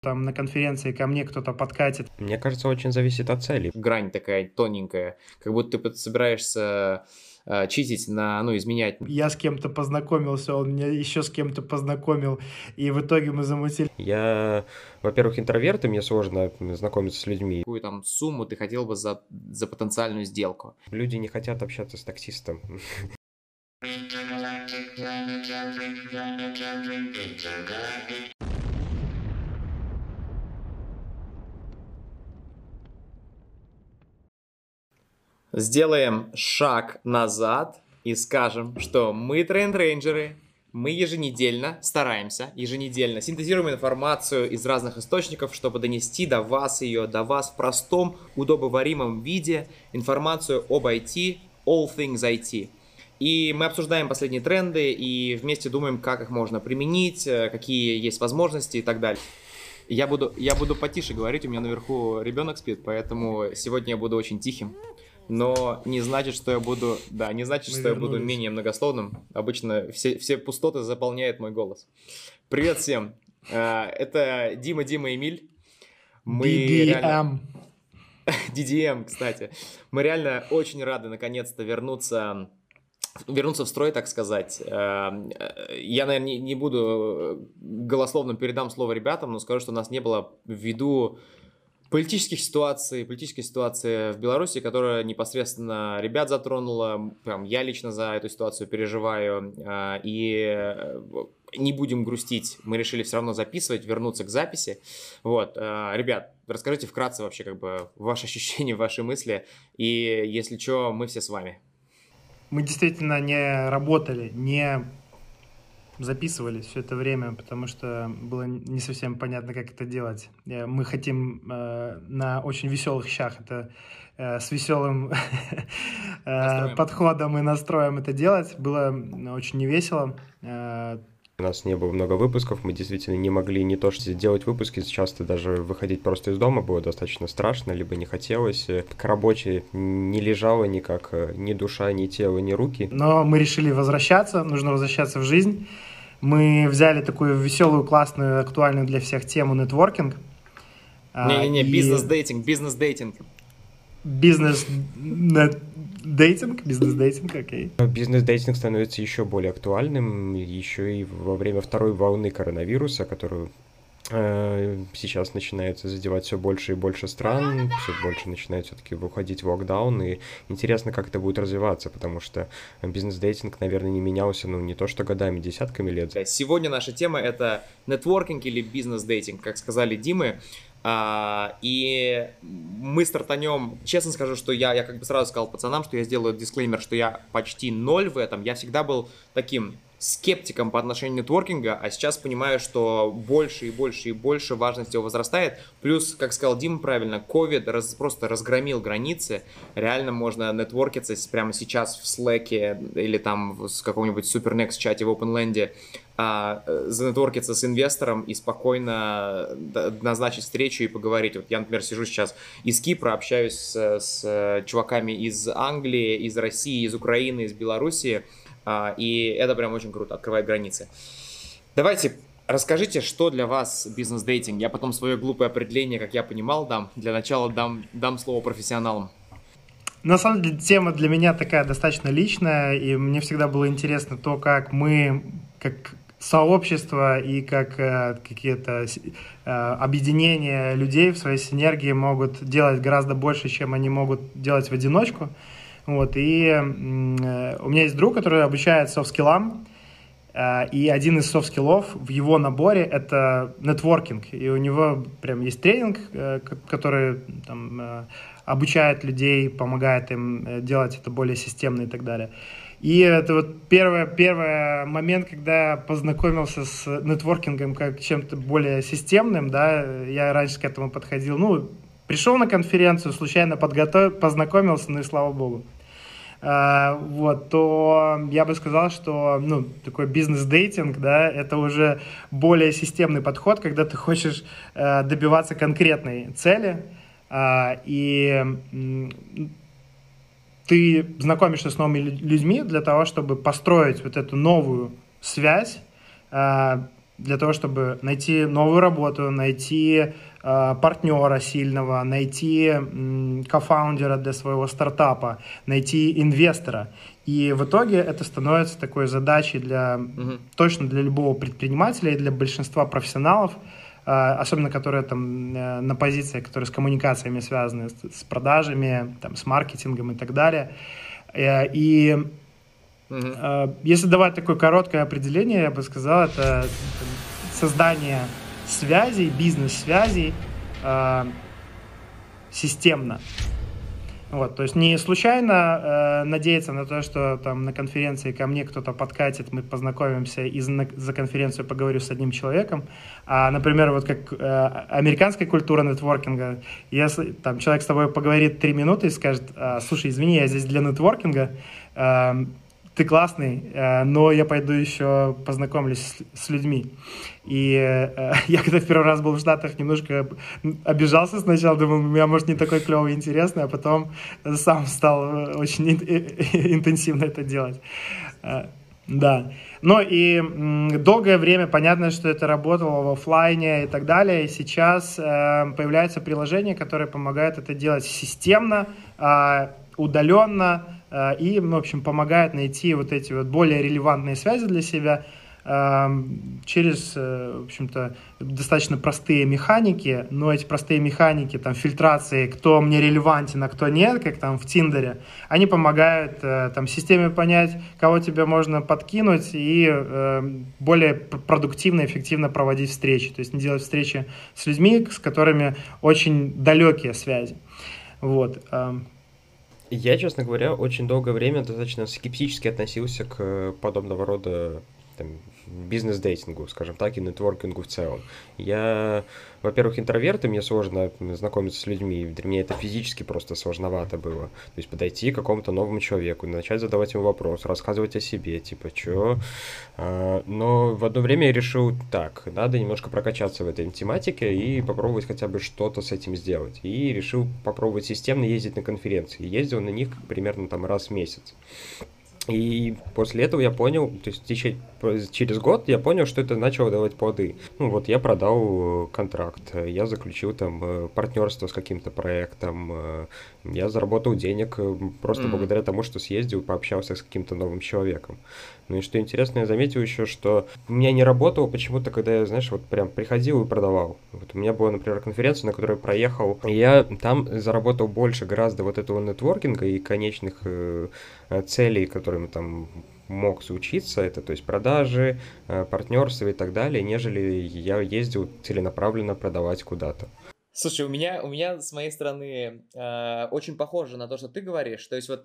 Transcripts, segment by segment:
там на конференции ко мне кто-то подкатит. Мне кажется, очень зависит от цели. Грань такая тоненькая, как будто ты собираешься читить, изменять. Я с кем-то познакомился, он меня еще с кем-то познакомил, и в итоге мы замутили. Я, во-первых, интроверт, и мне сложно знакомиться с людьми. Какую там сумму ты хотел бы за потенциальную сделку? Люди не хотят общаться с таксистом. Сделаем шаг назад и скажем, что мы трендрейнджеры, мы еженедельно стараемся, синтезируем информацию из разных источников, чтобы донести до вас в простом, удобоваримом виде информацию об IT, all things IT. И мы обсуждаем последние тренды и вместе думаем, как их можно применить, какие есть возможности и так далее. Я буду потише говорить, у меня наверху ребенок спит, поэтому сегодня я буду очень тихим. Но не значит, что я буду, менее многословным. Обычно все пустоты заполняет мой голос. Привет всем. Это Дима и Эмиль. DDM. DDM, кстати. Мы реально очень рады наконец-то вернуться в строй, так сказать. Я, наверное, не буду голословным передам слово ребятам, но скажу, что у нас не было ввиду политической ситуации в Беларуси, которая непосредственно ребят затронула. Прям я лично за эту ситуацию переживаю. И не будем грустить. Мы решили все равно записывать, вернуться к записи. Вот. Ребят, расскажите вкратце вообще ваши ощущения, ваши мысли. И если что, мы все с вами. Мы действительно не работали, не записывали все это время, потому что было не совсем понятно, как это делать. Мы хотим на очень веселых щах с веселым подходом и настроем это делать. Было очень невесело. У нас не было много выпусков, мы действительно не могли не то что делать выпуски, часто даже выходить просто из дома было достаточно страшно, либо не хотелось. К работе не лежало никак ни душа, ни тело, ни руки. Но мы решили возвращаться, нужно возвращаться в жизнь. Мы взяли такую веселую, классную, актуальную для всех тему нетворкинг. Бизнес-дейтинг. Бизнес-дейтинг, окей. Бизнес-дейтинг становится еще более актуальным, еще и во время второй волны коронавируса, которую сейчас начинается задевать все больше и больше стран, все больше начинает все-таки выходить в локдаун, и интересно, как это будет развиваться, потому что бизнес-дейтинг, наверное, не менялся, не то что годами, десятками лет. Сегодня наша тема — это нетворкинг или бизнес-дейтинг, как сказали Димы. И мы стартанем, честно скажу, что я сразу сказал пацанам, что я сделаю дисклеймер, что я почти ноль в этом. Я всегда был таким скептиком по отношению нетворкинга, а сейчас понимаю, что больше и больше важность его возрастает. Плюс, как сказал Дима правильно, COVID просто разгромил границы. Реально можно нетворкиться прямо сейчас в Slack или там в каком-нибудь SuperNext чате в OpenLand, занетворкиться с инвестором и спокойно назначить встречу и поговорить. Вот я, например, сижу сейчас из Кипра, общаюсь с чуваками из Англии, из России, из Украины, из Белоруссии, и это прям очень круто, открывает границы. Давайте расскажите, что для вас бизнес-дейтинг. Я потом свое глупое определение, как я понимал, дам. Для начала дам слово профессионалам. На самом деле, тема для меня такая достаточно личная, и мне всегда было интересно то, как мы, как сообщество и как какие-то объединения людей в своей синергии могут делать гораздо больше, чем они могут делать в одиночку. Вот, и у меня есть друг, который обучает софт-скиллам, и один из софт-скиллов в его наборе — это нетворкинг. И у него прям есть тренинг, который там обучает людей, помогает им делать это более системно и так далее. И это вот первый момент, когда я познакомился с нетворкингом как чем-то более системным, да, я раньше к этому подходил, пришел на конференцию, случайно познакомился, и слава богу. То я бы сказал, что такой бизнес-дейтинг, да, это уже более системный подход, когда ты хочешь добиваться конкретной цели, и ты знакомишься с новыми людьми для того, чтобы построить вот эту новую связь, для того, чтобы найти новую работу, найти партнера сильного, найти кофаундера для своего стартапа, найти инвестора. И в итоге это становится такой задачей точно для любого предпринимателя и для большинства профессионалов, особенно которые там на позициях, которые с коммуникациями связаны, с продажами, там, с маркетингом и так далее. И если давать такое короткое определение, я бы сказал, это создание связей, бизнес-связей системно. Вот, то есть не случайно надеяться на то, что там на конференции ко мне кто-то подкатит, мы познакомимся и за конференцию поговорю с одним человеком. А, например, вот как американская культура нетворкинга, если там человек с тобой поговорит 3 минуты и скажет: слушай, извини, я здесь для нетворкинга, ты классный, но я пойду еще познакомлюсь с людьми. И я когда в первый раз был в Штатах, немножко обижался сначала, думал, я, может, не такой клевый и интересный, а потом сам стал очень интенсивно это делать. Да. Ну и долгое время понятно, что это работало в офлайне и так далее. И сейчас появляются приложения, которые помогают это делать системно, удаленно, и, в общем, помогает найти вот эти вот более релевантные связи для себя через, в общем-то, достаточно простые механики, но эти простые механики, там, фильтрации, кто мне релевантен, а кто нет, как там в Тиндере, они помогают там системе понять, кого тебе можно подкинуть и более продуктивно, эффективно проводить встречи, то есть не делать встречи с людьми, с которыми очень далекие связи. Вот. Я, честно говоря, очень долгое время достаточно скептически относился к подобного рода там, бизнес-дейтингу, скажем так, и нетворкингу в целом. Я, во-первых, интроверт, и мне сложно знакомиться с людьми, для меня это физически просто сложновато было. То есть подойти к какому-то новому человеку, начать задавать ему вопрос, рассказывать о себе, типа, чё. Но в одно время я решил, так, надо немножко прокачаться в этой тематике и попробовать хотя бы что-то с этим сделать. И решил попробовать системно ездить на конференции. Ездил на них примерно там раз в месяц. И после этого я понял, то есть через год я понял, что это начало давать плоды. Ну вот я продал контракт, я заключил там партнерство с каким-то проектом, я заработал денег просто благодаря тому, что съездил, пообщался с каким-то новым человеком. Ну и что интересно, я заметил еще, что у меня не работало почему-то, когда я, знаешь, вот прям приходил и продавал. Вот у меня была, например, конференция, на которой проехал, и я там заработал больше гораздо вот этого нетворкинга и конечных целей, которыми там мог случиться, это то есть продажи, партнерство и так далее, нежели я ездил целенаправленно продавать куда-то. Слушай, у меня с моей стороны очень похоже на то, что ты говоришь. То есть вот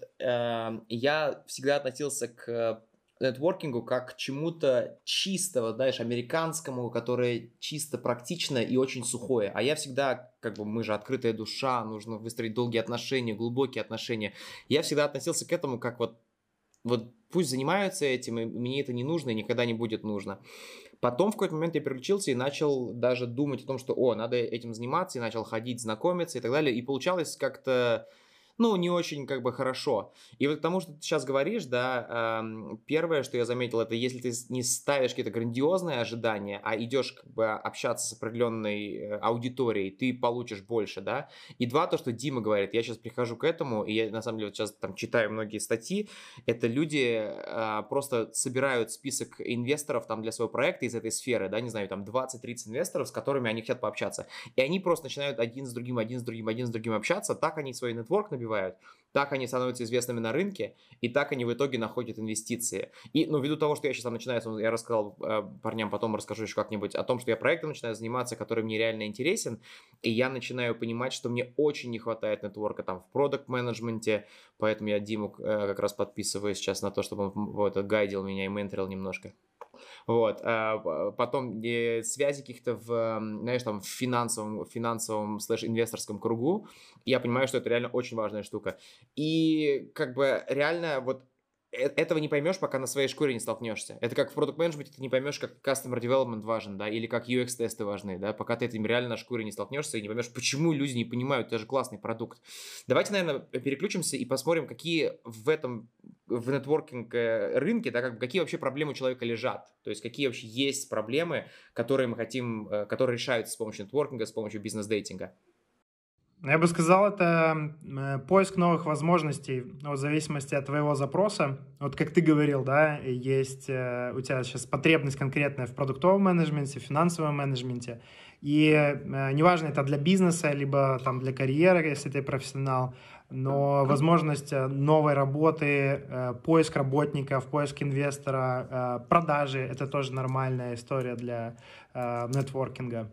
я всегда относился к нетворкингу как к чему-то чистого, знаешь, американскому, которое чисто практично и очень сухое. А я всегда, как бы, мы же открытая душа, нужно выстроить долгие отношения, глубокие отношения. Я всегда относился к этому как вот пусть занимаются этим, и мне это не нужно и никогда не будет нужно. Потом в какой-то момент я переключился и начал даже думать о том, что, надо этим заниматься, и начал ходить, знакомиться и так далее. И получалось как-то, не очень как бы хорошо. И вот к тому, что ты сейчас говоришь, да, первое, что я заметил, это если ты не ставишь какие-то грандиозные ожидания, а идешь как бы общаться с определенной аудиторией, ты получишь больше, да. И два, то, что Дима говорит, я сейчас прихожу к этому, и я на самом деле вот сейчас там читаю многие статьи, это люди просто собирают список инвесторов там для своего проекта из этой сферы, да, не знаю, там 20-30 инвесторов, с которыми они хотят пообщаться. И они просто начинают один с другим общаться, так они свой нетворк набивают, так они становятся известными на рынке, и так они в итоге находят инвестиции. И, ввиду того, что я сейчас там начинаю, я рассказал парням, потом расскажу еще как-нибудь о том, что я проектом начинаю заниматься, который мне реально интересен, и я начинаю понимать, что мне очень не хватает нетворка там в продакт-менеджменте, поэтому я Диму как раз подписываю сейчас на то, чтобы он гайдил меня и менторил немножко. Вот, потом связи каких-то знаешь, там, в финансовом /инвесторском кругу, я понимаю, что это реально очень важная штука. И как бы реально вот этого не поймешь, пока на своей шкуре не столкнешься. Это как в продакт-менеджменте ты не поймешь, как customer development важен, да, или как UX-тесты важны, да, пока ты этим реально на шкуре не столкнешься и не поймешь, почему люди не понимают, это же классный продукт. Давайте, наверное, переключимся и посмотрим, какие в этом в нетворкинг рынке, да, как бы какие вообще проблемы у человека лежат, то есть какие вообще есть проблемы, которые мы хотим, которые решаются с помощью нетворкинга, с помощью бизнес-дейтинга. Я бы сказал, это поиск новых возможностей, в зависимости от твоего запроса. Вот как ты говорил, да, есть у тебя сейчас потребность конкретная в продуктовом менеджменте, в финансовом менеджменте. И неважно, это для бизнеса, либо там для карьеры, если ты профессионал, но возможность новой работы, поиск работников, поиск инвестора, продажи – это тоже нормальная история для нетворкинга.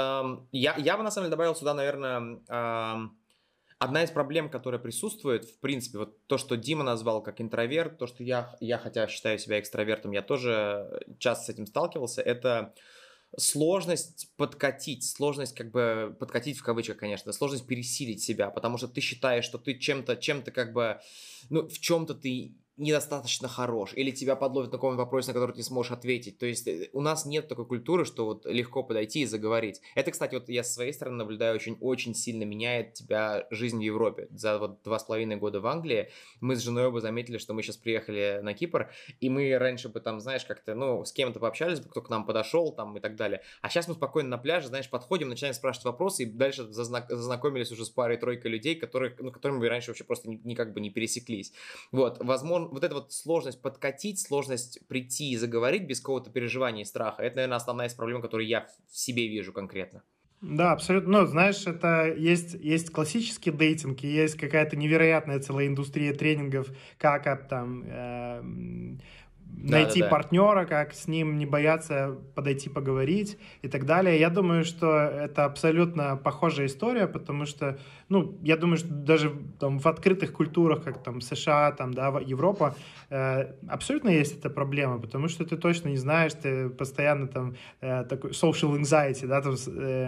Я бы на самом деле добавил сюда, наверное, одна из проблем, которая присутствует, в принципе, вот то, что Дима назвал как интроверт, то, что я хотя считаю себя экстравертом, я тоже часто с этим сталкивался, это сложность сложность как бы подкатить в кавычках, конечно, сложность пересилить себя, потому что ты считаешь, что ты чем-то как бы, ну, в чем-то ты недостаточно хорош, или тебя подловят на каком-то вопросе, на который ты не сможешь ответить. То есть у нас нет такой культуры, что вот легко подойти и заговорить. Это, кстати, вот я с своей стороны наблюдаю, очень сильно меняет тебя жизнь в Европе. За вот 2,5 года в Англии мы с женой оба заметили, что мы сейчас приехали на Кипр, и мы раньше бы там, знаешь, как-то, ну, с кем-то пообщались, кто к нам подошел там и так далее. А сейчас мы спокойно на пляже, знаешь, подходим, начинаем спрашивать вопросы, и дальше зазнакомились уже с парой-тройкой людей, которыми мы раньше вообще просто как бы не пересеклись. Вот, возможно, вот эта вот сложность подкатить, сложность прийти и заговорить без какого-то переживания и страха, это, наверное, основная из проблем, которую я в себе вижу конкретно. Да, абсолютно. Ну, знаешь, это есть классический дейтинг, и есть какая-то невероятная целая индустрия тренингов, как там найти партнера, как с ним не бояться подойти поговорить и так далее. Я думаю, что это абсолютно похожая история, потому что, ну, я думаю, что даже там в открытых культурах, как там США, там, да, Европа, абсолютно есть эта проблема, потому что ты точно не знаешь, ты постоянно там такой social anxiety, да, там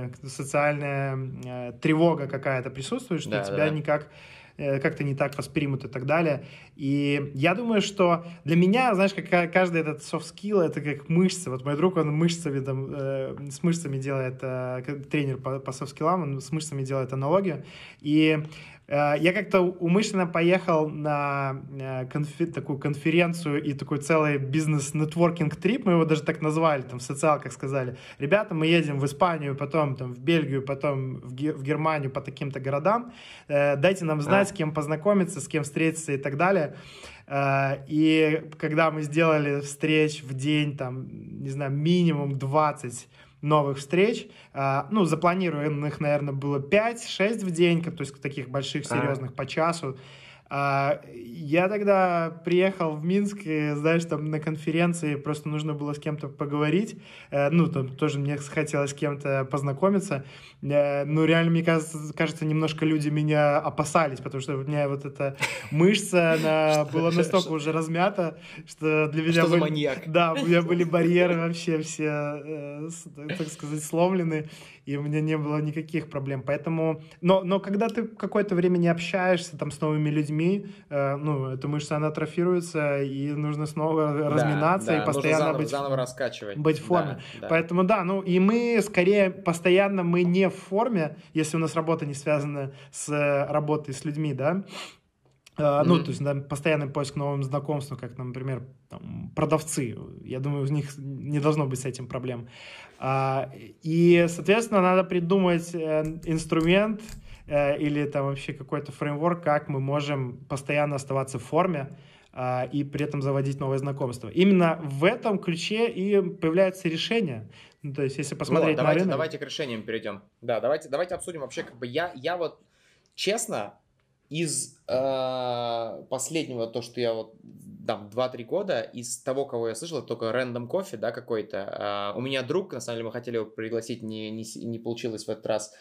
социальная тревога какая-то присутствует, что тебя никак как-то не так воспримут и так далее. И я думаю, что для меня, знаешь, как каждый этот soft skill, это как мышцы. Вот мой друг, он мышцами там, с мышцами делает, тренер по soft skill'ам, он с мышцами делает аналогию. И я как-то умышленно поехал на такую конференцию и такой целый бизнес-нетворкинг-трип, мы его даже так назвали, там в социалках сказали: ребята, мы едем в Испанию, потом там, в Бельгию, потом в Германию по таким-то городам, дайте нам знать, с кем познакомиться, с кем встретиться и так далее. И когда мы сделали встреч в день, там, не знаю, минимум 20 новых встреч, ну, запланированных, наверное, было 5-6 в день, то есть таких больших, серьезных, по часу. Я тогда приехал в Минск, и, знаешь, там на конференции просто нужно было с кем-то поговорить, ну, там тоже мне хотелось с кем-то познакомиться, ну, реально, мне кажется, немножко люди меня опасались, потому что у меня вот эта мышца, она была настолько уже размята, что для меня... Что за маньяк? Да, у меня были барьеры вообще все, так сказать, сломлены, и у меня не было никаких проблем, поэтому... Но когда ты какое-то время не общаешься там с новыми людьми, ну, эта мышца, она атрофируется, и нужно снова разминаться и постоянно заново раскачивать. Быть в форме. Поэтому, да, ну, и мы скорее постоянно мы не в форме, если у нас работа не связана с работой с людьми, да. Ну, то есть, да, постоянный поиск новым знакомствам, как, например, там, продавцы. Я думаю, у них не должно быть с этим проблем. И, соответственно, надо придумать инструмент или там вообще какой-то фреймворк, как мы можем постоянно оставаться в форме и при этом заводить новые знакомства. Именно в этом ключе и появляются решения. Ну, то есть, если посмотреть на рынок... Давайте к решениям перейдем. Да, давайте обсудим вообще, как бы я вот, честно, из последнего, то, что я вот там 2-3 года, из того, кого я слышал, это только Random Coffee, да, какой-то. У меня друг, на самом деле, мы хотели его пригласить, не получилось в этот раз.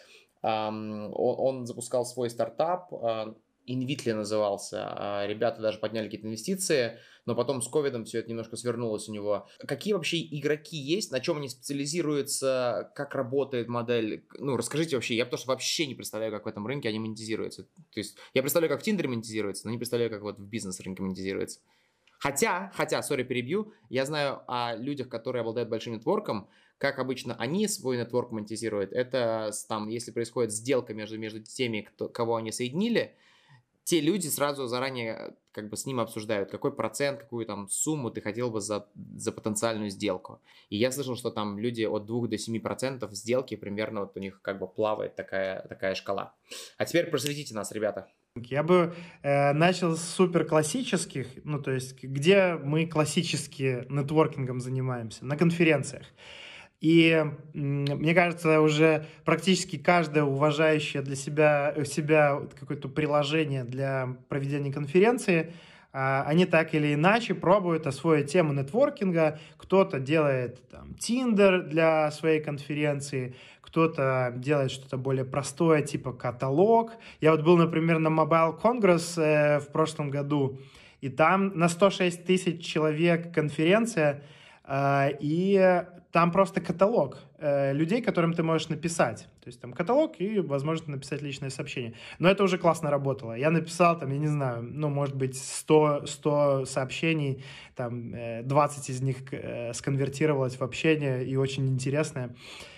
Он запускал свой стартап, Invitly назывался. Ребята даже подняли какие-то инвестиции, но потом с ковидом все это немножко свернулось у него. Какие вообще игроки есть, на чем они специализируются, как работает модель? Ну, расскажите вообще, я потому что вообще не представляю, как в этом рынке они монетизируются. То есть я представляю, как в Тиндере монетизируется, но не представляю, как вот в бизнес-рынке монетизируется. Хотя, сори, перебью, я знаю о людях, которые обладают большим нетворком, как обычно они свой нетворк монетизируют. Это там, если происходит сделка между теми, кого они соединили, те люди сразу заранее как бы с ним обсуждают, какой процент, какую там сумму ты хотел бы за потенциальную сделку. И я слышал, что там люди от 2 до 7% сделки примерно вот у них как бы плавает такая шкала. А теперь просветите нас, ребята. Я бы начал с супер классических, ну то есть где мы классически нетворкингом занимаемся, на конференциях. И мне кажется, уже практически каждое уважающее для себя какое-то приложение для проведения конференции, они так или иначе пробуют освоить тему нетворкинга. Кто-то делает там Tinder для своей конференции, кто-то делает что-то более простое, типа каталог. Я вот был, например, на Mobile Congress в прошлом году, и там на 106 тысяч человек конференция, и там просто каталог людей, которым ты можешь написать. То есть там каталог и возможность написать личное сообщение. Но это уже классно работало. Я написал там, я не знаю, ну, может быть, 100 сообщений, там 20 из них сконвертировалось в общение и очень интересное.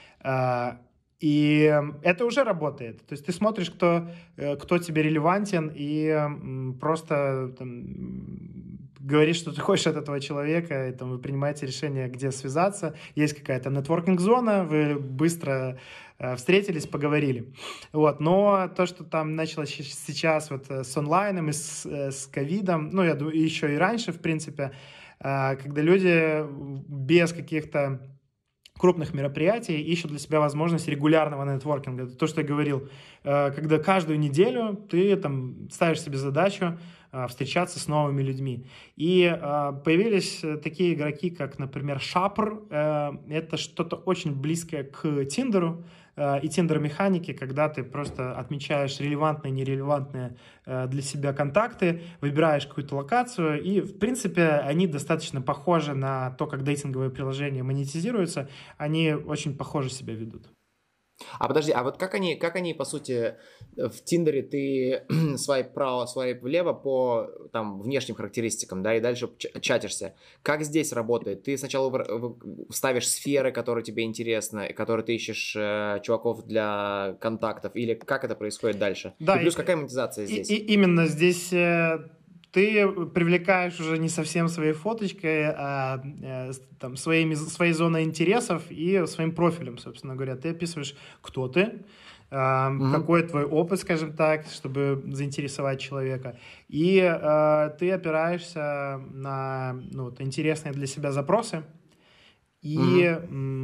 И это уже работает. То есть ты смотришь, кто тебе релевантен, и просто там, говоришь, что ты хочешь от этого человека, и там, вы принимаете решение, где связаться. Есть какая-то нетворкинг-зона, вы быстро встретились, поговорили. Вот. Но то, что там началось сейчас вот с онлайном и с ковидом, ну, я думаю, еще и раньше, в принципе, когда люди без каких-то крупных мероприятий ищут для себя возможность регулярного нетворкинга. Это то, что я говорил. Когда каждую неделю ты там ставишь себе задачу встречаться с новыми людьми. И появились такие игроки, как, например, Шапр. Это что-то очень близкое к Тиндеру и Тиндер-механике, когда ты просто отмечаешь релевантные, нерелевантные для себя контакты, выбираешь какую-то локацию, и, в принципе, они достаточно похожи на то, как дейтинговые приложения монетизируются. Они очень похоже себя ведут. А подожди, а вот как они, по сути, в Тиндере ты свайп вправо, свайп влево по там внешним характеристикам, да, и дальше чатишься. Как здесь работает? Ты сначала ставишь сферы, которые тебе интересны, которые ты ищешь чуваков для контактов, или как это происходит дальше? Да, и плюс какая монетизация здесь? Именно здесь ты привлекаешь уже не совсем своей фоточкой, а там, своей зоной интересов и своим профилем, собственно говоря. Ты описываешь, кто ты, какой твой опыт, скажем так, чтобы заинтересовать человека. И ты опираешься на интересные для себя запросы и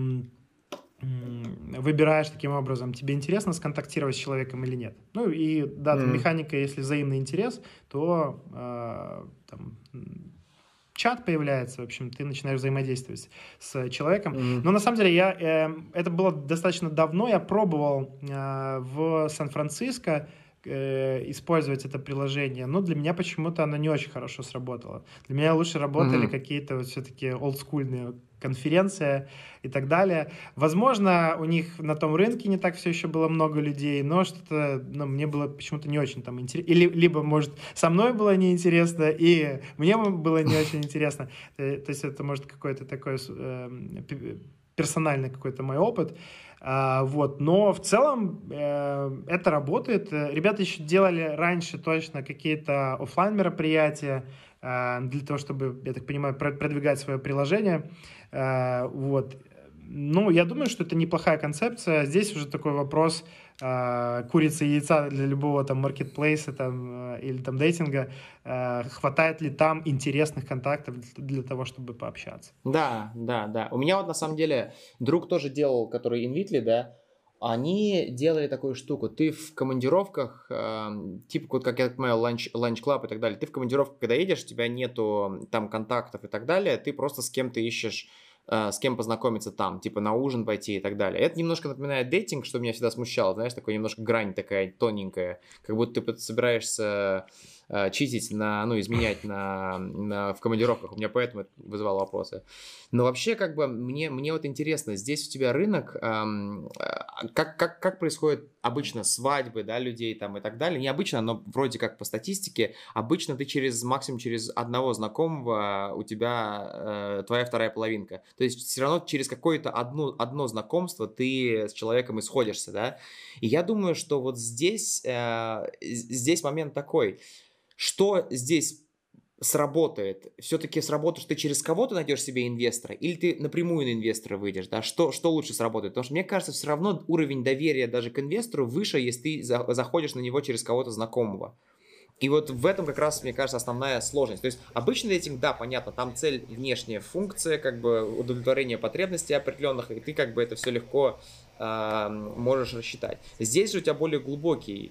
выбираешь таким образом, тебе интересно сконтактировать с человеком или нет. Ну и да, там механика, если взаимный интерес, то там чат появляется, в общем, ты начинаешь взаимодействовать с человеком. Но на самом деле это было достаточно давно, я пробовал в Сан-Франциско использовать это приложение, но для меня почему-то оно не очень хорошо сработало. Для меня лучше работали какие-то вот все-таки олдскульные конференции и так далее. Возможно, у них на том рынке не так все еще было много людей, но что-то мне было почему-то не очень там интересно. Либо, может, со мной было неинтересно, и мне было не очень интересно. То есть это, может, какой-то такой персональный какой-то мой опыт. Вот. Но в целом это работает. Ребята еще делали раньше точно какие-то офлайн мероприятия для того, чтобы, я так понимаю, продвигать свое приложение. Вот. Ну, я думаю, что это неплохая концепция. Здесь уже такой вопрос курицы и яйца для любого там маркетплейса там, или там дейтинга. Хватает ли там интересных контактов для того, чтобы пообщаться? Да. У меня вот на самом деле друг тоже делал, который Invitly, да, они делали такую штуку. Ты в командировках, типа, вот как я понимаю, Lunch Club и так далее, ты в командировках, когда едешь, у тебя нету там контактов и так далее, ты просто с кем-то ищешь, с кем познакомиться там, типа на ужин пойти и так далее. Это немножко напоминает дейтинг, что меня всегда смущало, знаешь, такой немножко грань такая тоненькая, как будто ты собираешься читить, изменять в командировках. У меня поэтому это вызывало вопросы. Но вообще, как бы, мне вот интересно, здесь у тебя рынок, как происходит обычно свадьбы, да, людей там и так далее. Не обычно, но вроде как по статистике, обычно ты максимум через одного знакомого у тебя твоя вторая половинка. То есть все равно через какое-то одно знакомство ты с человеком исходишься, да. И я думаю, что вот здесь момент такой, что здесь сработает? Все-таки сработает, что ты через кого-то найдешь себе инвестора, или ты напрямую на инвестора выйдешь, да? Что лучше сработает? Потому что мне кажется, все равно уровень доверия даже к инвестору выше, если ты заходишь на него через кого-то знакомого. И вот в этом как раз, мне кажется, основная сложность. То есть обычный рейтинг, да, понятно, там цель внешняя функция, как бы удовлетворение потребностей определенных, и ты как бы это все легко можешь рассчитать. Здесь же у тебя более глубокий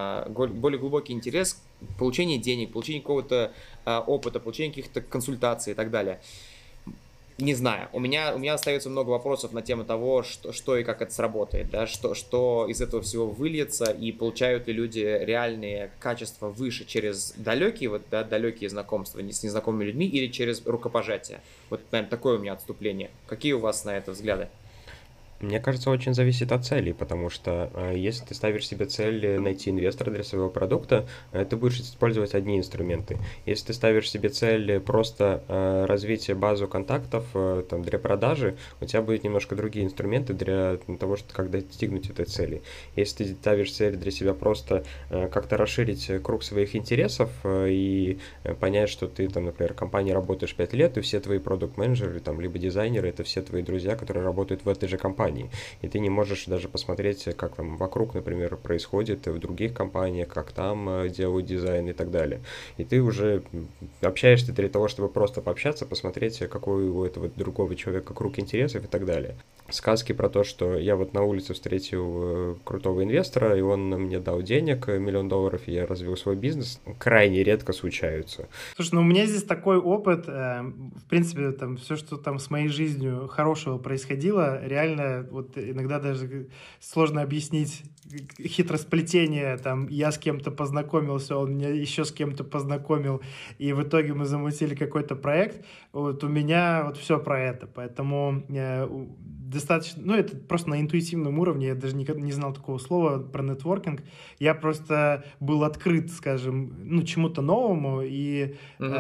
интерес к получению денег, получению какого-то опыта, получению каких-то консультаций и так далее. Не знаю, у меня остается много вопросов на тему того, что и как это сработает, да, что из этого всего выльется, и получают ли люди реальные качества выше через далекие знакомства с незнакомыми людьми или через рукопожатие. Вот, наверное, такое у меня отступление. Какие у вас на это взгляды? Мне кажется, очень зависит от целей, потому что если ты ставишь себе цель найти инвестора для своего продукта, ты будешь использовать одни инструменты. Если ты ставишь себе цель просто развить базу контактов там, для продажи, у тебя будут немножко другие инструменты для того, чтобы как достигнуть этой цели. Если ты ставишь цель для себя просто как-то расширить круг своих интересов и понять, что ты, там, например, в компании работаешь 5 лет, и все твои продукт-менеджеры, там, либо дизайнеры, это все твои друзья, которые работают в этой же компании. И ты не можешь даже посмотреть, как там вокруг, например, происходит в других компаниях, как там делают дизайн и так далее. И ты уже общаешься для того, чтобы просто пообщаться, посмотреть, какой у этого другого человека круг интересов и так далее. Сказки про то, что я вот на улице встретил крутого инвестора, и он мне дал денег, $1 миллион, и я развил свой бизнес, крайне редко случаются. Слушай, у меня здесь такой опыт, в принципе, там все, что там с моей жизнью хорошего происходило, реально вот иногда даже сложно объяснить хитросплетение, там я с кем-то познакомился, он меня еще с кем-то познакомил, и в итоге мы замутили какой-то проект. Вот у меня вот все про это, поэтому достаточно, это просто на интуитивном уровне, я даже никогда не знал такого слова про нетворкинг, я просто был открыт, скажем, чему-то новому, и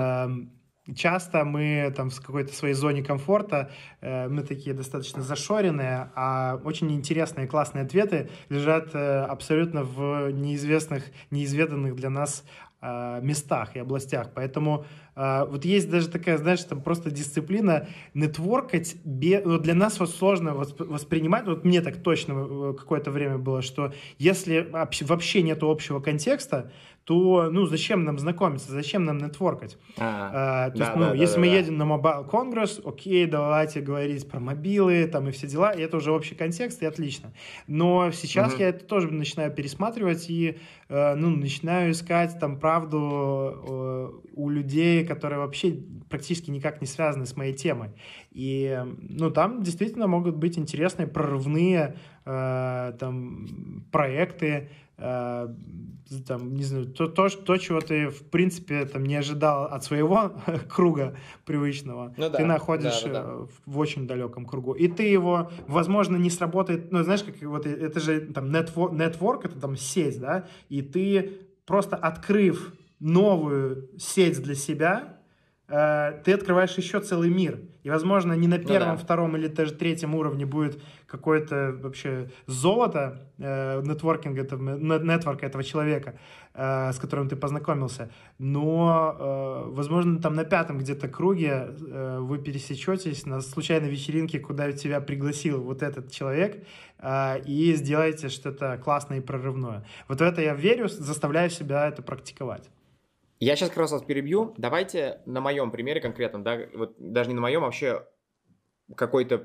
часто мы там в какой-то своей зоне комфорта, мы такие достаточно зашоренные, а очень интересные, классные ответы лежат абсолютно в неизведанных для нас местах и областях. Поэтому вот есть даже такая, знаешь, там просто дисциплина нетворкать. Для нас вот сложно воспринимать, вот мне так точно какое-то время было, что если вообще нет общего контекста, то, зачем нам знакомиться, зачем нам нетворкать? Если мы едем на Mobile Congress, окей, давайте говорить про мобилы, там и все дела, и это уже общий контекст, и отлично. Но сейчас я это тоже начинаю пересматривать и, начинаю искать там правду у людей, которые вообще практически никак не связаны с моей темой. И, там действительно могут быть интересные прорывные там проекты, там, не знаю, то, чего ты, в принципе, там, не ожидал от своего круга привычного, ты находишь в очень далеком кругу. И ты его, возможно, не сработает, знаешь, как вот это же там network, это там сеть, да, и ты просто открыв новую сеть для себя, ты открываешь еще целый мир. И, возможно, не на первом, втором или даже третьем уровне будет какое-то вообще золото нетворкинга, нетворка этого человека, с которым ты познакомился. Но, возможно, там на пятом где-то круге вы пересечетесь на случайной вечеринке, куда тебя пригласил вот этот человек, и сделаете что-то классное и прорывное. Вот в это я верю, заставляю себя это практиковать. Я сейчас как раз вас перебью. Давайте на моем примере конкретно, да, вот даже не на моем, а вообще какой-то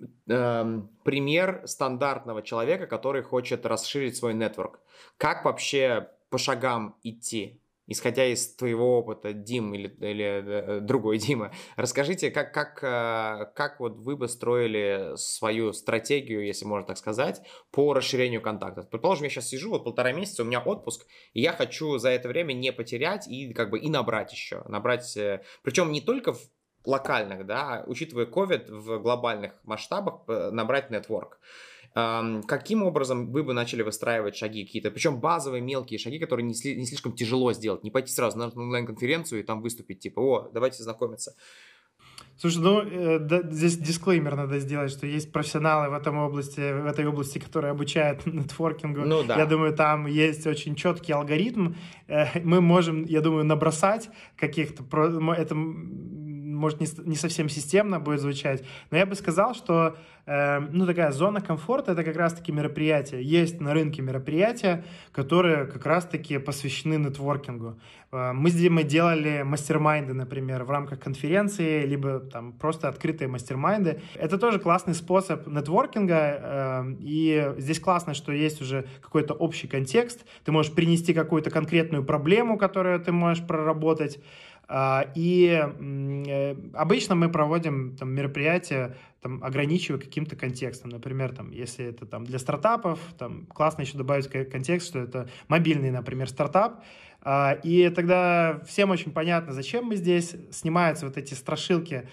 пример стандартного человека, который хочет расширить свой нетворк. Как вообще по шагам идти? исходя из твоего опыта, Дим или другой Дима, расскажите, как вот вы бы строили свою стратегию, если можно так сказать, по расширению контактов. Предположим, я сейчас сижу, вот 1,5 месяца, у меня отпуск, и я хочу за это время не потерять и как бы и набрать еще. Причем не только в локальных, да, учитывая COVID в глобальных масштабах, набрать нетворк. Каким образом вы бы начали выстраивать шаги какие-то, причем базовые мелкие шаги, которые не слишком тяжело сделать, не пойти сразу на онлайн-конференцию и там выступить, типа, давайте знакомиться. Слушай, здесь дисклеймер надо сделать, что есть профессионалы в этой области, которые обучают нетворкингу. Ну, да. Я думаю, там есть очень четкий алгоритм. Мы можем, я думаю, набросать каких-то... Это может не совсем системно будет звучать, но я бы сказал, что такая зона комфорта — это как раз-таки мероприятия. Есть на рынке мероприятия, которые как раз-таки посвящены нетворкингу. Мы делали мастер-майнды, например, в рамках конференции, либо там просто открытые мастер-майнды. Это тоже классный способ нетворкинга, и здесь классно, что есть уже какой-то общий контекст. Ты можешь принести какую-то конкретную проблему, которую ты можешь проработать. И обычно мы проводим там мероприятия, там, ограничивая каким-то контекстом. Например, там, если это там, для стартапов, там, классно еще добавить контекст, что это мобильный, например, стартап. И тогда всем очень понятно, зачем мы здесь. Снимаются вот эти страшилки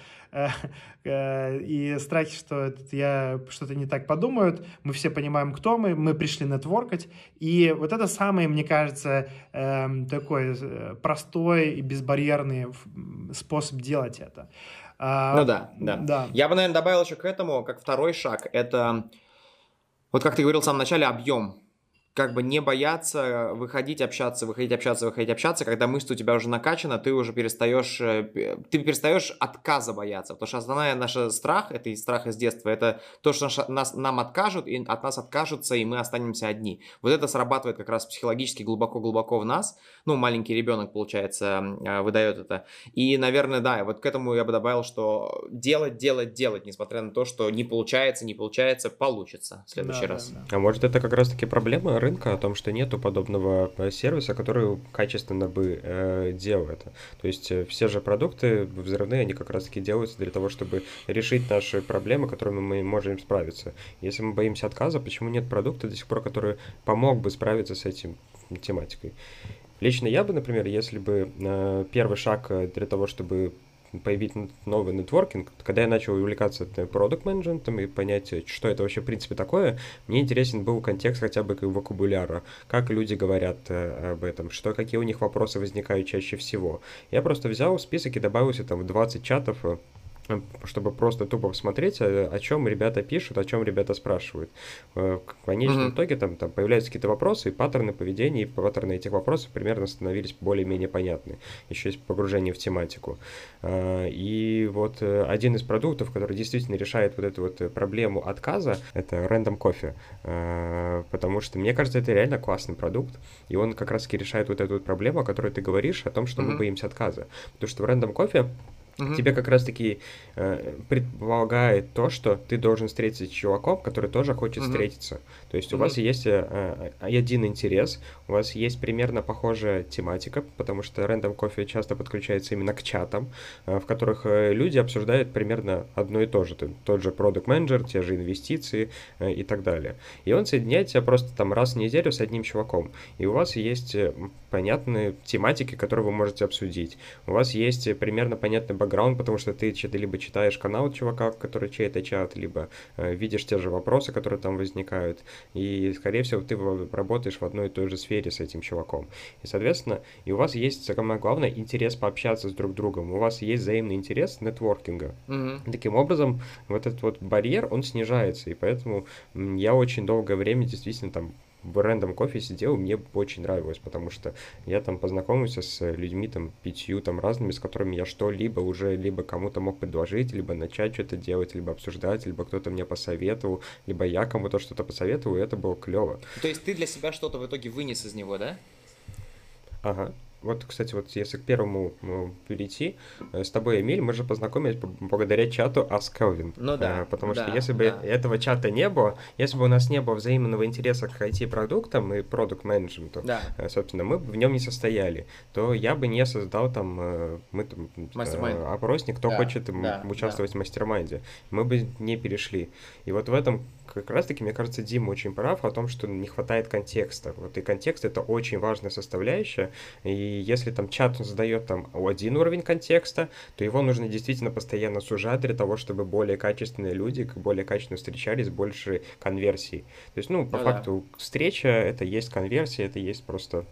и страхи, что что-то не так подумают. Мы все понимаем, кто мы пришли нетворкать. И вот это самый, мне кажется, такой простой и безбарьерный способ делать это. Ну да. Я бы, наверное, добавил еще к этому, как второй шаг, это, вот как ты говорил в самом начале, объем. Как бы не бояться выходить общаться, когда мышца у тебя уже накачана, ты перестаешь отказа бояться, потому что основная наша страх, это и страх из детства, это то, что нам откажут, и от нас откажутся, и мы останемся одни. Вот это срабатывает как раз психологически глубоко-глубоко в нас, маленький ребенок, получается, выдает это. И, наверное, да, вот к этому я бы добавил, что делать, несмотря на то, что не получается, получится в следующий раз. Да. А может, это как раз-таки проблема рынка о том, что нету подобного сервиса, который качественно бы делал это. То есть все же продукты взрывные, они как раз-таки делаются для того, чтобы решить наши проблемы, которыми мы можем справиться. Если мы боимся отказа, почему нет продукта до сих пор, который помог бы справиться с этим тематикой? Лично я бы, например, если бы первый шаг для того, чтобы появить новый нетворкинг, когда я начал увлекаться продакт-менеджментом и понять, что это вообще в принципе такое, мне интересен был контекст хотя бы вокабуляра, как люди говорят об этом, какие у них вопросы возникают чаще всего. Я просто взял список и добавился там в 20 чатов, чтобы просто тупо посмотреть, о чем ребята пишут, о чем ребята спрашивают. В конечном итоге там появляются какие-то вопросы, и паттерны поведения, и паттерны этих вопросов примерно становились более-менее понятны. Еще есть погружение в тематику. И вот один из продуктов, который действительно решает вот эту вот проблему отказа, это Random Coffee. Потому что, мне кажется, это реально классный продукт, и он как раз-таки решает вот эту вот проблему, о которой ты говоришь, о том, что мы боимся отказа. Потому что в Random Coffee тебе как раз-таки предполагает то, что ты должен встретиться с чуваком, который тоже хочет встретиться. То есть у вас есть один интерес, у вас есть примерно похожая тематика, потому что Random Coffee часто подключается именно к чатам, в которых люди обсуждают примерно одно и то же. Тот же Product Manager, те же инвестиции и так далее. И он соединяет тебя просто там раз в неделю с одним чуваком. И у вас есть понятные тематики, которые вы можете обсудить. У вас есть примерно понятный бэкграунд, потому что ты либо читаешь канал чувака, который чей-то чат, либо видишь те же вопросы, которые там возникают, и, скорее всего, ты работаешь в одной и той же сфере с этим чуваком. И, соответственно, и у вас есть, самое главное, интерес пообщаться с друг другом, у вас есть взаимный интерес нетворкинга. Таким образом, вот этот вот барьер, он снижается, и поэтому я очень долгое время действительно там в Random Coffee сидел, мне очень нравилось, потому что я там познакомился с людьми там 5 там разными, с которыми я что-либо уже либо кому-то мог предложить, либо начать что-то делать, либо обсуждать, либо кто-то мне посоветовал, либо я кому-то что-то посоветовал, и это было клево. То есть ты для себя что-то в итоге вынес из него, да? Ага. Вот, кстати, вот если к первому перейти, с тобой, Эмиль, мы же познакомились благодаря чату Ask Kelvin. Ну да, Потому что да, если бы да. этого чата не было, если бы у нас не было взаимного интереса к IT-продуктам и продукт-менеджменту, Да, собственно, мы бы в нем не состояли, то я бы не создал там, мы там, мастер-майнд. опросник, кто Да, хочет да, да. участвовать в мастер-майнде. Мы бы не перешли. И вот в этом как раз-таки, мне кажется, Дима очень прав о том, что не хватает контекста. Вот и контекст — это очень важная составляющая. И если там чат задает там один уровень контекста, то его нужно действительно постоянно сужать для того, чтобы более качественные люди более качественно встречались, больше конверсий. То есть, ну, по Ну да. факту, встреча — это есть конверсия, это есть просто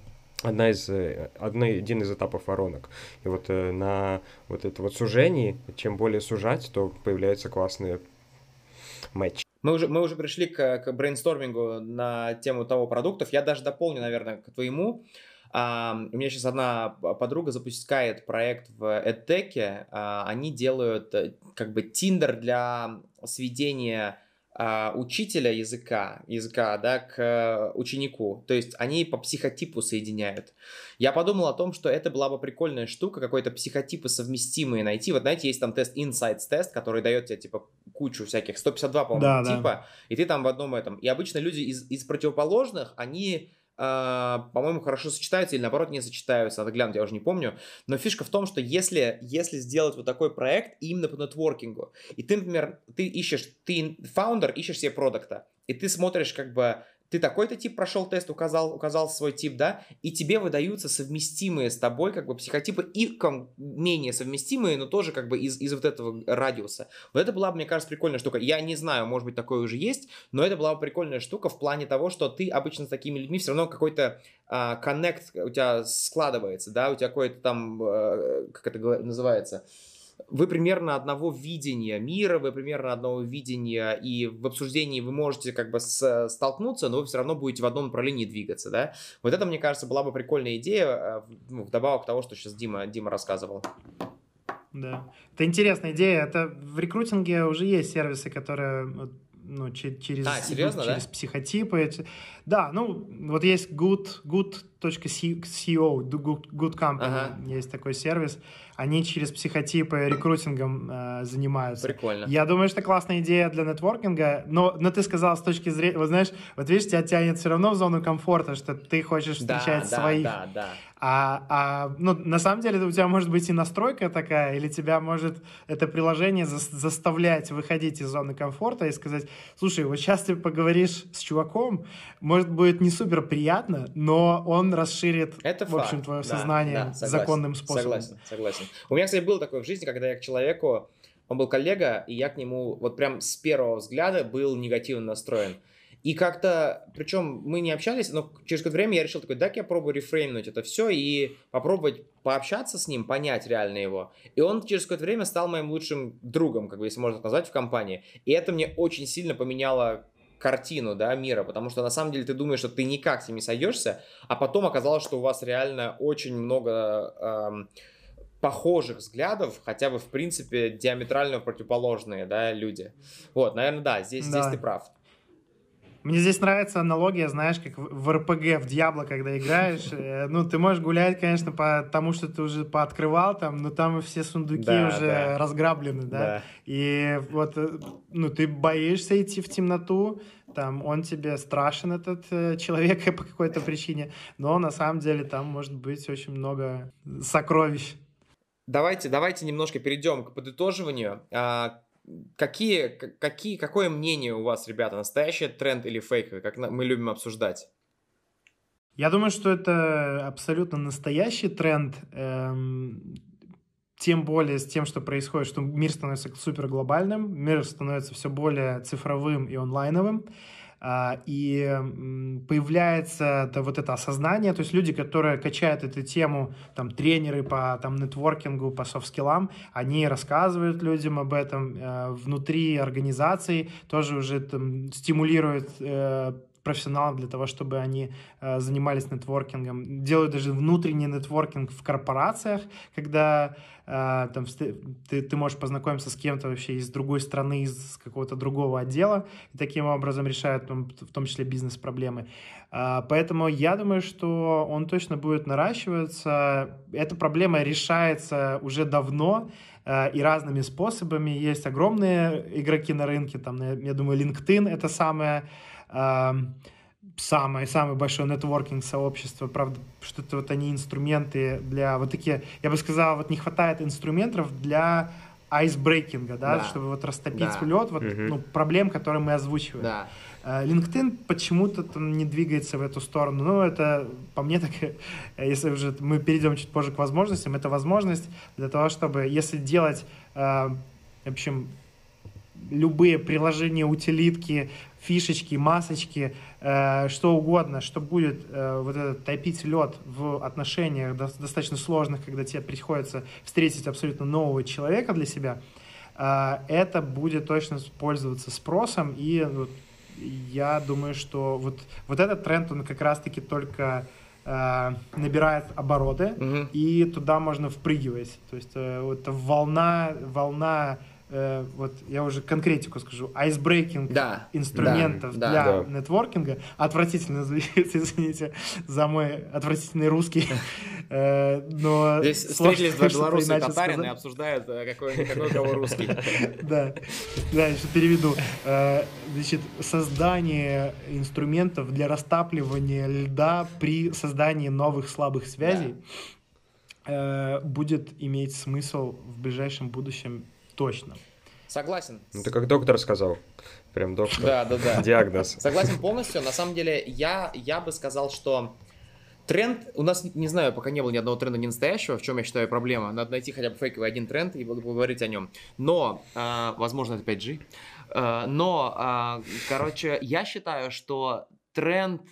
один из этапов воронок. И вот на вот это вот сужении, чем более сужать, то появляются классные матчи. Мы уже пришли к брейнстормингу на тему того продуктов. Я даже дополню, наверное, к твоему. У меня сейчас одна подруга запускает проект в EdTech. Они делают как бы Tinder для сведения учителя языка, да, к ученику. То есть они по психотипу соединяют. Я подумал о том, что это была бы прикольная штука, какой-то психотипы совместимые найти. Вот знаете, есть там тест Insights тест, который дает тебе типа кучу всяких, 152, по-моему, Да, да. типа, и ты там в одном этом. И обычно люди из противоположных, они, по-моему, хорошо сочетаются или наоборот не сочетаются. Надо глянуть, я уже не помню. Но фишка в том, что если сделать вот такой проект именно по нетворкингу, и ты, например, ты фаундер, ищешь себе продукта, и ты смотришь как бы ты такой-то тип прошел тест, указал свой тип, да, и тебе выдаются совместимые с тобой как бы психотипы и менее совместимые, но тоже как бы из вот этого радиуса. Вот это была бы, мне кажется, прикольная штука. Я не знаю, может быть, такое уже есть, но это была бы прикольная штука в плане того, что ты обычно с такими людьми все равно какой-то коннект у тебя складывается, да, у тебя какой-то там, как это называется, вы примерно одного видения мира, вы примерно одного видения, и в обсуждении вы можете как бы столкнуться, но вы все равно будете в одном направлении двигаться, да. Вот это, мне кажется, была бы прикольная идея, вдобавок к тому, что сейчас Дима рассказывал. Да. Это интересная идея. Это в рекрутинге уже есть сервисы, которые через серьезно, через да? психотипы. Да, ну, вот есть good.co, good Company, Ага. есть такой сервис. Они через психотипы рекрутингом занимаются. Прикольно. Я думаю, что классная идея для нетворкинга, но ты сказал с точки зрения, вот знаешь, вот видишь, тебя тянет все равно в зону комфорта, что ты хочешь встречать своих. Да. Ну, на самом деле у тебя может быть и настройка такая, или тебя может это приложение заставлять выходить из зоны комфорта и сказать: слушай, вот сейчас ты поговоришь с чуваком, может, будет не супер приятно, но он расширит, Это в общем, факт. твое Да, сознание согласен, законным способом. Согласен. У меня, кстати, было такое в жизни, когда я к человеку, он был коллега, и я к нему вот прям с первого взгляда был негативно настроен. И как-то, причем мы не общались, но через какое-то время я решил такой, дай-ка я пробую рефреймнуть это все и попробовать пообщаться с ним, понять реально его. И он через какое-то время стал моим лучшим другом, как бы, если можно назвать, в компании. И это мне очень сильно поменяло картину, да, мира, потому что на самом деле ты думаешь, что ты никак с ними сойдешься, а потом оказалось, что у вас реально очень много похожих взглядов, хотя бы, в принципе, диаметрально противоположные, да, люди. Вот, наверное, да, здесь ты прав. Мне здесь нравится аналогия, знаешь, как в РПГ, в Диабло, когда играешь. Ну, ты можешь гулять, конечно, по тому, что ты уже пооткрывал там, но там и все сундуки уже разграблены, да? И вот, ну, ты боишься идти в темноту, там, он тебе страшен, этот человек, по какой-то причине, но на самом деле там может быть очень много сокровищ. Давайте немножко перейдем к подытоживанию. Какое мнение у вас, ребята, настоящий тренд или фейковый, как мы любим обсуждать? Я думаю, что это абсолютно настоящий тренд, тем более с тем, что происходит, что мир становится суперглобальным, мир становится все более цифровым и онлайновым, и появляется вот это осознание, то есть люди, которые качают эту тему, там, тренеры по там, нетворкингу, по софт-скиллам, они рассказывают людям об этом, внутри организаций тоже уже там, стимулируют профессионалов для того, чтобы они занимались нетворкингом. Делают даже внутренний нетворкинг в корпорациях, когда там, ты можешь познакомиться с кем-то вообще из другой страны, из какого-то другого отдела, и таким образом решают в том числе бизнес-проблемы. Поэтому я думаю, что он точно будет наращиваться. Эта проблема решается уже давно и разными способами. Есть огромные игроки на рынке, там, я думаю, LinkedIn — это самое большое нетворкинг-сообщество. Правда, что-то вот они инструменты для вот такие, я бы сказал, вот не хватает инструментов для айсбрейкинга, да, чтобы вот растопить лед, вот, проблем, которые мы озвучиваем. Да. LinkedIn почему-то там не двигается в эту сторону. Ну, это, по мне, так, если уже мы перейдем чуть позже к возможностям, это возможность для того, чтобы, если делать, в общем, любые приложения, утилитки, фишечки, масочки, что угодно, что будет вот этот топить лед в отношениях достаточно сложных, когда тебе приходится встретить абсолютно нового человека для себя, это будет точно пользоваться спросом, и я думаю, что вот этот тренд, он как раз-таки только набирает обороты, и туда можно впрыгивать. То есть вот волна, вот я уже конкретику скажу, айсбрейкинг инструментов для нетворкинга. Отвратительно звучит, извините за мой отвратительный русский. Но здесь встретились два белоруса и татарина и обсуждают, какой у кого русский. Да, еще переведу. Значит, создание инструментов для растапливания льда при создании новых слабых связей будет иметь смысл в ближайшем будущем. Точно. Согласен. Это как доктор сказал. Прям доктор. Да. Диагноз. Согласен полностью. На самом деле, я бы сказал, что тренд... У нас, не знаю, пока не было ни одного тренда не настоящего, в чем я считаю проблема. Надо найти хотя бы фейковый один тренд и поговорить о нем. Но, возможно, это 5G. Короче, я считаю, что тренд,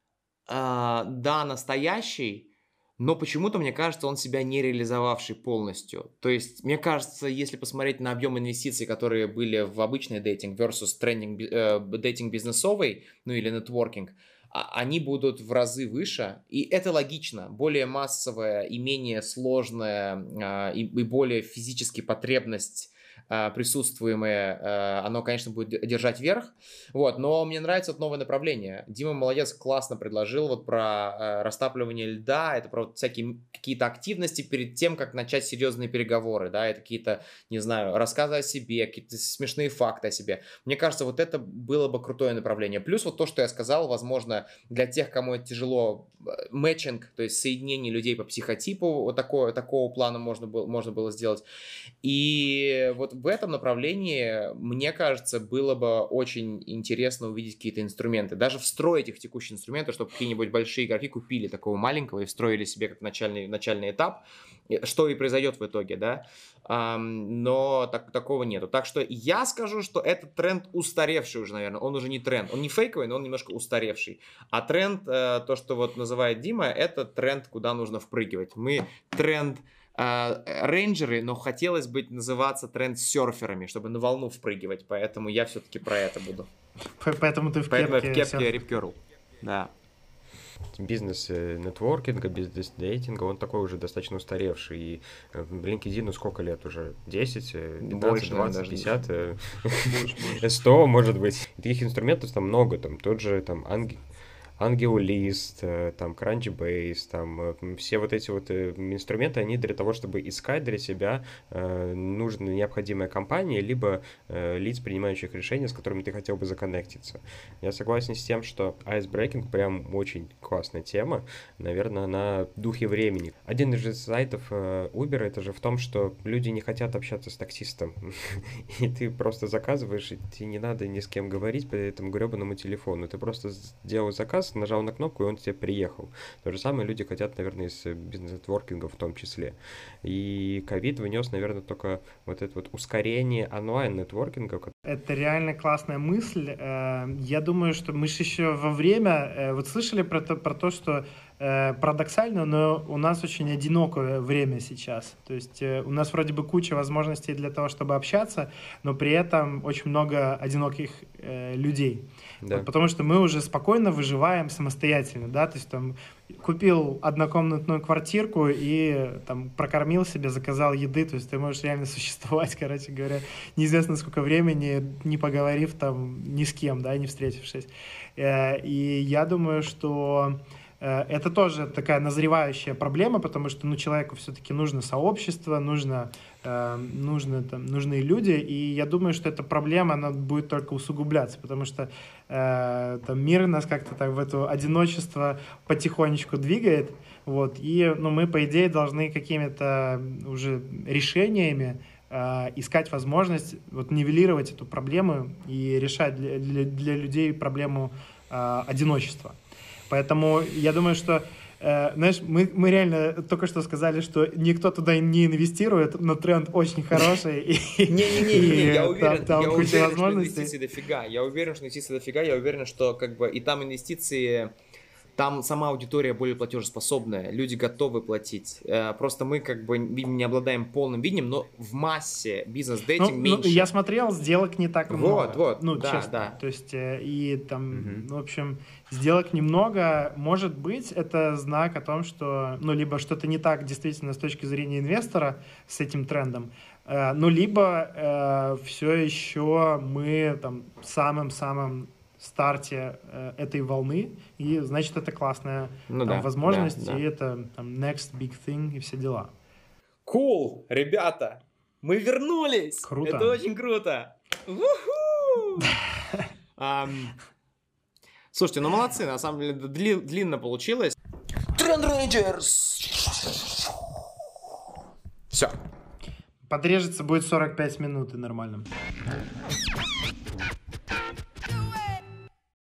настоящий, но почему-то, мне кажется, он себя не реализовавший полностью. То есть, мне кажется, если посмотреть на объем инвестиций, которые были в обычный дейтинг versus дейтинг бизнесовый, или нетворкинг, они будут в разы выше. И это логично. Более массовая и менее сложная и более физически потребность присутствуемое, оно, конечно, будет держать верх, но мне нравится новое направление. Дима молодец, классно предложил про растапливание льда, это про всякие какие-то активности перед тем, как начать серьезные переговоры, это какие-то, не знаю, рассказы о себе, какие-то смешные факты о себе. Мне кажется, вот это было бы крутое направление. Плюс вот то, что я сказал, возможно, для тех, кому это тяжело, мэтчинг, то есть соединение людей по психотипу, вот такого плана можно было сделать. И вот в этом направлении, мне кажется, было бы очень интересно увидеть какие-то инструменты. Даже встроить их в текущие инструменты, чтобы какие-нибудь большие игроки купили такого маленького и встроили себе как начальный этап, что и произойдет в итоге, но такого нету. Так что я скажу, что этот тренд устаревший уже, наверное. Он уже не тренд. Он не фейковый, но он немножко устаревший. А тренд, то, что вот называет Дима, это тренд, куда нужно впрыгивать. Мы тренд рейнджеры, но хотелось бы называться тренд-серферами, чтобы на волну впрыгивать, поэтому я все-таки про это буду. Поэтому ты в кепке Rip Curl. Да. Бизнес нетворкинга, бизнес дейтинга, он такой уже достаточно устаревший. И LinkedIn сколько лет уже? 10, 15, больше, 20, 50, 100, может быть. И таких инструментов там много. Там тот же там AngularList, там Crunchbase, там все вот эти вот инструменты, они для того, чтобы искать для себя нужные, необходимые компании, либо лиц, принимающих решения, с которыми ты хотел бы законнектиться. Я согласен с тем, что айсбрейкинг прям очень классная тема, наверное, она в духе времени. Один из сайтов Uber, это же в том, что люди не хотят общаться с таксистом, и ты просто заказываешь, и тебе не надо ни с кем говорить по этому гребаному телефону, ты просто сделал заказ, нажал на кнопку, и он тебе приехал. То же самое люди хотят, наверное, из бизнес-нетворкинга в том числе. И ковид внес, наверное, только вот это вот ускорение онлайн-нетворкинга, Это реально классная мысль. Я думаю, что мы же еще во время... Вот слышали про то, что парадоксально, но у нас очень одинокое время сейчас. То есть у нас вроде бы куча возможностей для того, чтобы общаться, но при этом очень много одиноких людей. Да. Вот, потому что мы уже спокойно выживаем самостоятельно, да, то есть там купил однокомнатную квартирку и там прокормил себе, заказал еды, то есть ты можешь реально существовать, короче говоря, неизвестно сколько времени, не поговорив там ни с кем, да, не встретившись. И я думаю, что это тоже такая назревающая проблема, потому что, ну, человеку все-таки нужно сообщество, нужны люди, и я думаю, что эта проблема, она будет только усугубляться, потому что там мир нас как-то так в это одиночество потихонечку двигает, вот, и, ну, мы, по идее, должны какими-то уже решениями искать возможность вот нивелировать эту проблему и решать для людей проблему одиночества. Поэтому я думаю, что, знаешь, мы реально только что сказали, что никто туда не инвестирует, но тренд очень хороший. Не-не-не, я уверен, что инвестиций дофига. Я уверен, что инвестиций дофига. Я уверен, что как бы и там инвестиции... Там сама аудитория более платежеспособная, люди готовы платить. Просто мы как бы не обладаем полным видением, но в массе бизнес-дейтинг меньше. Я смотрел, сделок не так много. Вот, ну, да, честно. да. То есть, и там, в общем, сделок немного. Может быть, это знак о том, что, ну, либо что-то не так действительно с точки зрения инвестора с этим трендом, ну, либо все еще мы там самым-самым старте этой волны, и значит это классная возможность, и это там next big thing и все дела. Cool, ребята, мы вернулись! Круто. Это очень круто! Слушайте, ну молодцы, на самом деле длинно получилось. Тренд Рейнджерс! Все. Подрежется будет 45 минут и нормально.